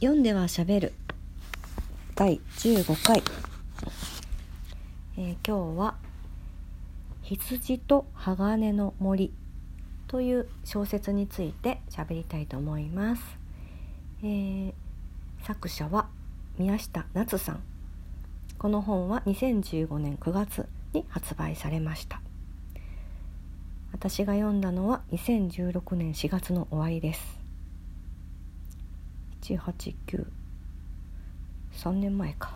読んではしゃべる第15回、今日は羊と鋼の森という小説についてしゃべりたいと思います。作者は宮下夏さん。この本は2015年9月に発売されました。私が読んだのは2016年4月の終わりです。189、3年前か。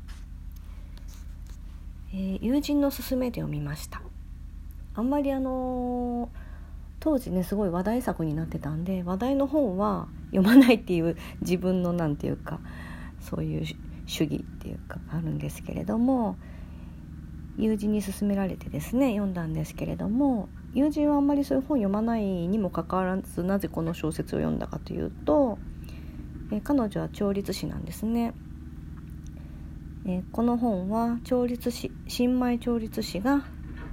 友人の勧めで読みました。あんまり当時ねすごい話題作になってたんで、話題の本は読まないっていう自分のなんていうか、そういう主義っていうかあるんですけれども、友人に勧められてですね読んだんですけれども、友人はあんまりそういう本読まないにもかかわらず、なぜこの小説を読んだかというと、彼女は調律師なんですね。この本は新米調律師が、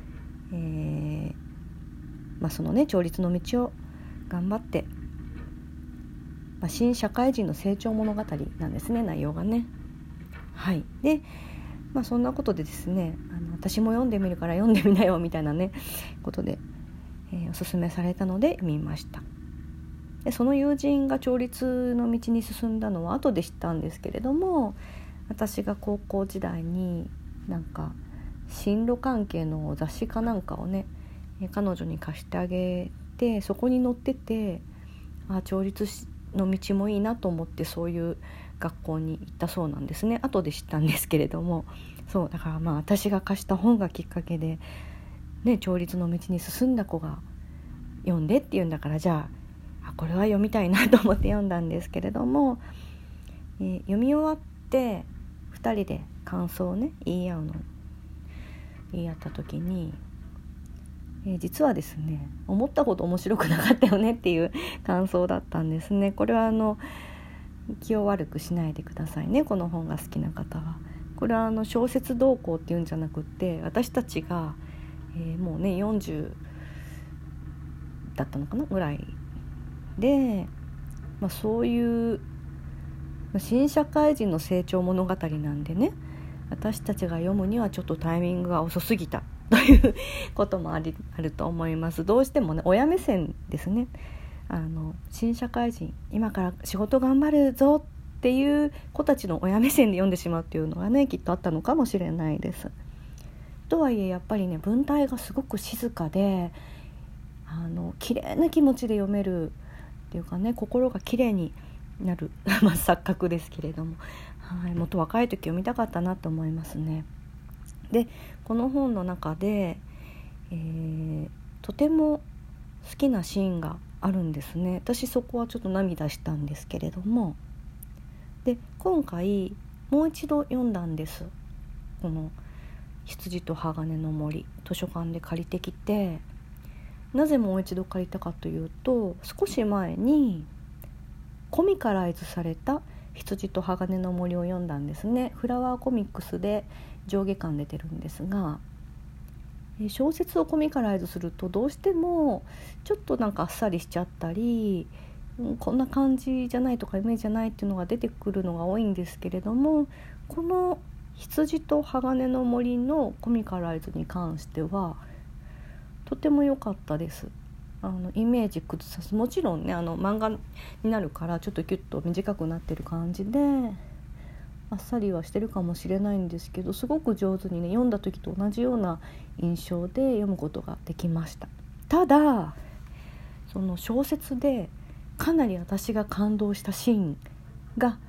そのね調律の道を頑張って、新社会人の成長物語なんですね、内容がね。はい。で、そんなことでですね、私も読んでみるから読んでみなよみたいなねことで、おすすめされたので読みました。でその友人が調律の道に進んだのは後で知ったんですけれども、私が高校時代に進路関係の雑誌かなんかをね彼女に貸してあげて、そこに載ってて、調律の道もいいなと思ってそういう学校に行ったそうなんですね。後で知ったんですけれども、そうだから私が貸した本がきっかけで、調律の道に進んだ子が読んでっていうんだから、じゃあこれは読みたいなと思って読んだんですけれども、読み終わって2人で感想をね言い合った時に、実はですね思ったほど面白くなかったよねっていう感想だったんですね。これは気を悪くしないでくださいね、この本が好きな方は。これは小説動向っていうんじゃなくって、私たちが、もうね40だったのかなぐらいで、そういう新社会人の成長物語なんでね、私たちが読むにはちょっとタイミングが遅すぎたということもあると思います。どうしてもね親目線ですね。新社会人、今から仕事頑張るぞっていう子たちの親目線で読んでしまうっていうのがねきっとあったのかもしれないです。とはいえやっぱりね文体がすごく静かで、綺麗な気持ちで読めるっていうかね、心が綺麗になる錯覚ですけれども、もっと若い時読みたかったなと思いますね。でこの本の中で、とても好きなシーンがあるんですね。私そこはちょっと涙したんですけれども、で今回もう一度読んだんです。この羊と鋼の森、図書館で借りてきて、なぜもう一度借りたかというと、少し前にコミカライズされた羊と鋼の森を読んだんですね。フラワーコミックスで上下巻出てるんですが、小説をコミカライズするとどうしてもちょっとあっさりしちゃったり、こんな感じじゃないとかイメージじゃないっていうのが出てくるのが多いんですけれども、この羊と鋼の森のコミカライズに関してはとても良かったです。イメージ崩さず、もちろんね漫画になるからちょっとキュッと短くなってる感じであっさりはしてるかもしれないんですけど、すごく上手にね読んだ時と同じような印象で読むことができました。ただその小説でかなり私が感動したシーンが、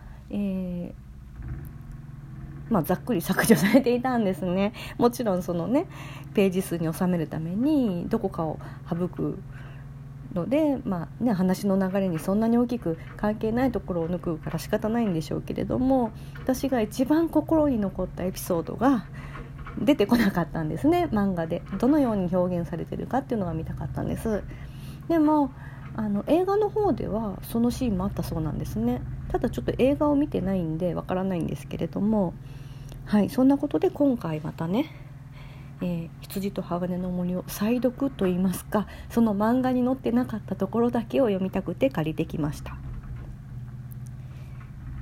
ざっくり削除されていたんですね。もちろんそのねページ数に収めるためにどこかを省くので、話の流れにそんなに大きく関係ないところを抜くから仕方ないんでしょうけれども、私が一番心に残ったエピソードが出てこなかったんですね。漫画でどのように表現されているかっていうのが見たかったんです。でも映画の方ではそのシーンもあったそうなんですね。ただちょっと映画を見てないんでわからないんですけれども、そんなことで今回またね、羊と鋼の森を再読といいますか、その漫画に載ってなかったところだけを読みたくて借りてきました。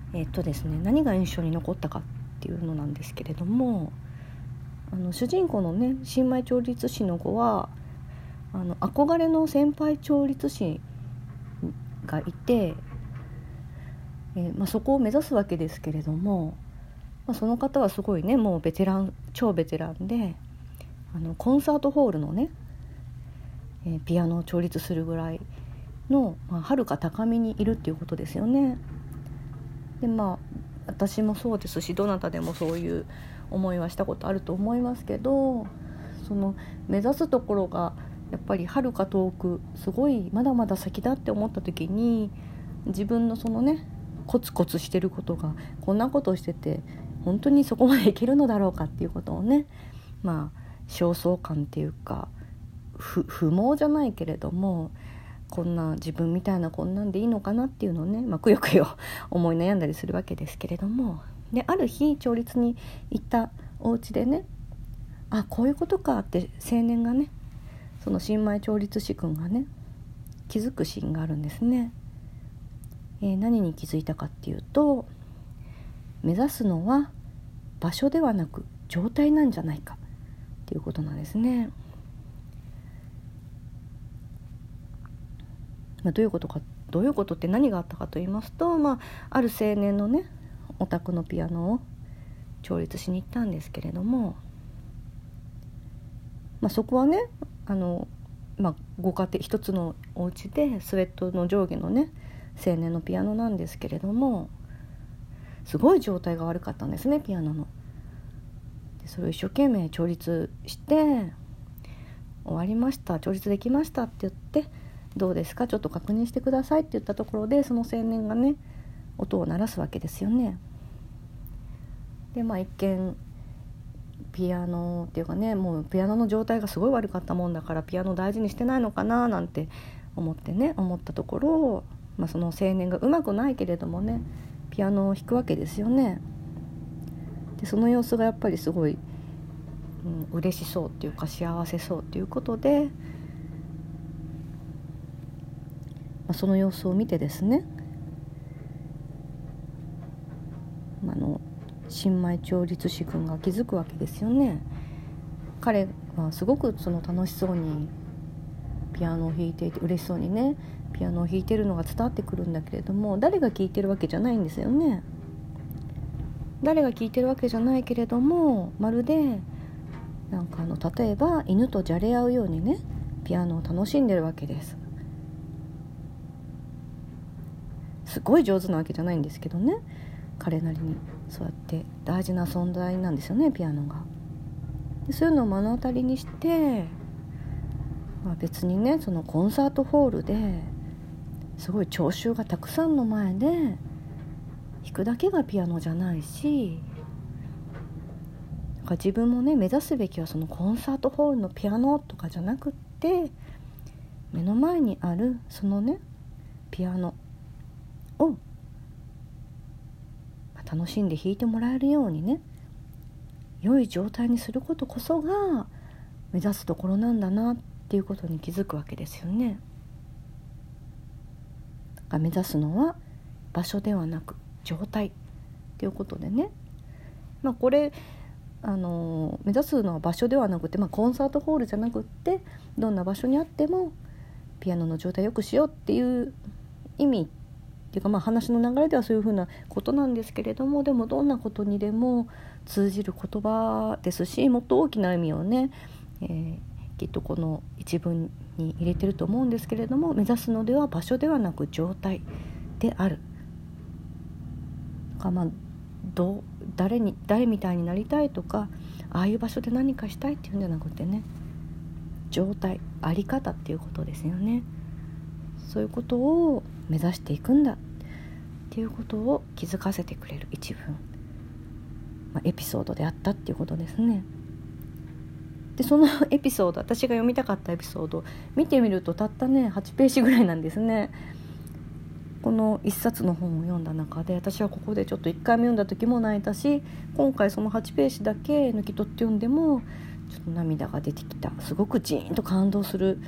ですね、何が印象に残ったかっていうのなんですけれども、主人公のね新米調律師の子は憧れの先輩調律師がいて、そこを目指すわけですけれども、その方はすごいねもう超ベテランでコンサートホールのね、ピアノを調律するぐらいの、遥か高みにいるっていうことですよね。で私もそうですし、どなたでもそういう思いはしたことあると思いますけど、その目指すところがやっぱり遥か遠く、すごいまだまだ先だって思った時に、自分のそのねコツコツしてることがこんなことをしてて本当にそこまでいけるのだろうかっていうことをね、焦燥感っていうか不毛じゃないけれども、こんな自分みたいなこんなんでいいのかなっていうのをね、くよくよ思い悩んだりするわけですけれども、である日調律に行ったお家でね、こういうことかって青年がね、その新米調律師君がね気づくシーンがあるんですね。何に気づいたかっていうと、目指すのは場所ではなく状態なんじゃないかっていうことなんですね。どういうことって何があったかと言いますと、ある青年のねお宅のピアノを調律しに行ったんですけれども、そこはねご家庭一つのお家でスウェットの上下のね青年のピアノなんですけれども、すごい状態が悪かったんですね、ピアノの。でそれを一生懸命調律して終わりました、調律できましたって言って、どうですかちょっと確認してくださいって言ったところで、その青年がね音を鳴らすわけですよね。で一見ピアノっていうかね、もうピアノの状態がすごい悪かったもんだから、ピアノ大事にしてないのかななんて思ったところ、その青年がうまくないけれどもねピアノを弾くわけですよね。でその様子がやっぱりすごい、嬉しそうっていうか幸せそうっていうことで、その様子を見てですね、新米調律師君が気づくわけですよね。彼はすごく楽しそうにピアノを弾いていて、嬉しそうにねピアノを弾いてるのが伝わってくるんだけれども、誰が聴いてるわけじゃないんですよね。誰が聴いてるわけじゃないけれども、まるで例えば犬とじゃれ合うようにねピアノを楽しんでるわけです。すごい上手なわけじゃないんですけどね、彼なりにそうやって大事な存在なんですよね、ピアノが。でそういうのを目の当たりにして、別にねそのコンサートホールですごい聴衆がたくさんの前で弾くだけがピアノじゃないし、自分もね目指すべきはそのコンサートホールのピアノとかじゃなくって、目の前にあるそのねピアノを楽しんで弾いてもらえるようにね、良い状態にすることこそが目指すところなんだなっていうことに気づくわけですよね。目指すのは場所ではなく状態っていうことでね、これ目指すのは場所ではなくて、コンサートホールじゃなくって、どんな場所にあってもピアノの状態を良くしようっていう意味っていうか、話の流れではそういうふうなことなんですけれども、でもどんなことにでも通じる言葉ですし、もっと大きな意味をね、きっとこの一文に入れてると思うんですけれども、目指すのでは場所ではなく状態である。誰みたいになりたいとか、ああいう場所で何かしたいっていうんじゃなくてね、状態、あり方っていうことですよね。そういうことを目指していくんだっていうことを気づかせてくれる一文、エピソードであったっていうことですね。でそのエピソード、私が読みたかったエピソード見てみるとたったね8ページぐらいなんですね。この一冊の本を読んだ中で、私はここでちょっと1回目読んだ時も泣いたし、今回その8ページだけ抜き取って読んでもちょっと涙が出てきた、すごくジーンと感動する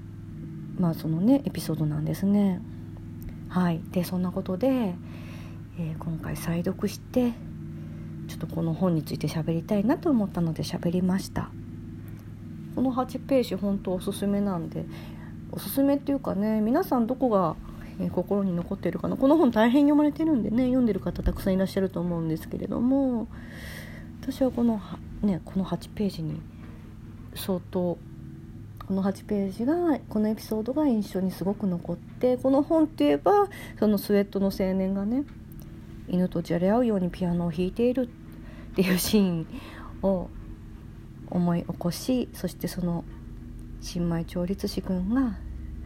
そのねエピソードなんですね。はい。でそんなことで、 今回再読してちょっとこの本について喋りたいなと思ったので喋りました。この8ページ本当おすすめなんで、おすすめっていうかね、皆さんどこが心に残っているかな。この本大変読まれてるんでね、読んでる方たくさんいらっしゃると思うんですけれども、私はこの8ページに相当、この8ページが、このエピソードが印象にすごく残って、この本って言えばそのスウェットの青年がね、犬とじゃれ合うようにピアノを弾いているっていうシーンを思い起こし、そしてその新米調律師君が、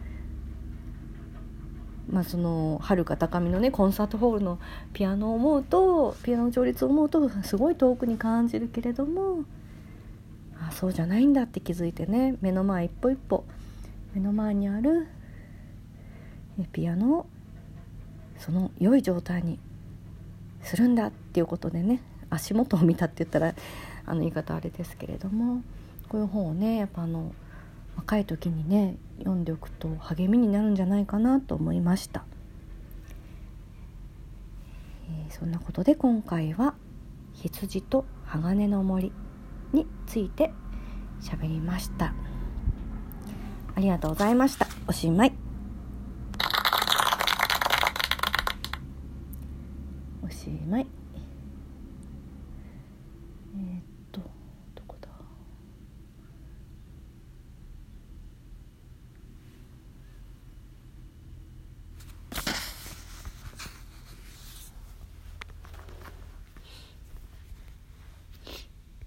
その遥か高みのねコンサートホールのピアノを思うと、ピアノの調律を思うとすごい遠くに感じるけれども、そうじゃないんだって気づいてね、目の前一歩一歩目の前にあるピアノをその良い状態にするんだっていうことでね、足元を見たって言ったら言い方あれですけれども、こういう本をねやっぱ若い時にね読んでおくと励みになるんじゃないかなと思いました。そんなことで今回は羊と鋼の森について喋りました。ありがとうございました。おしまい。おしまい。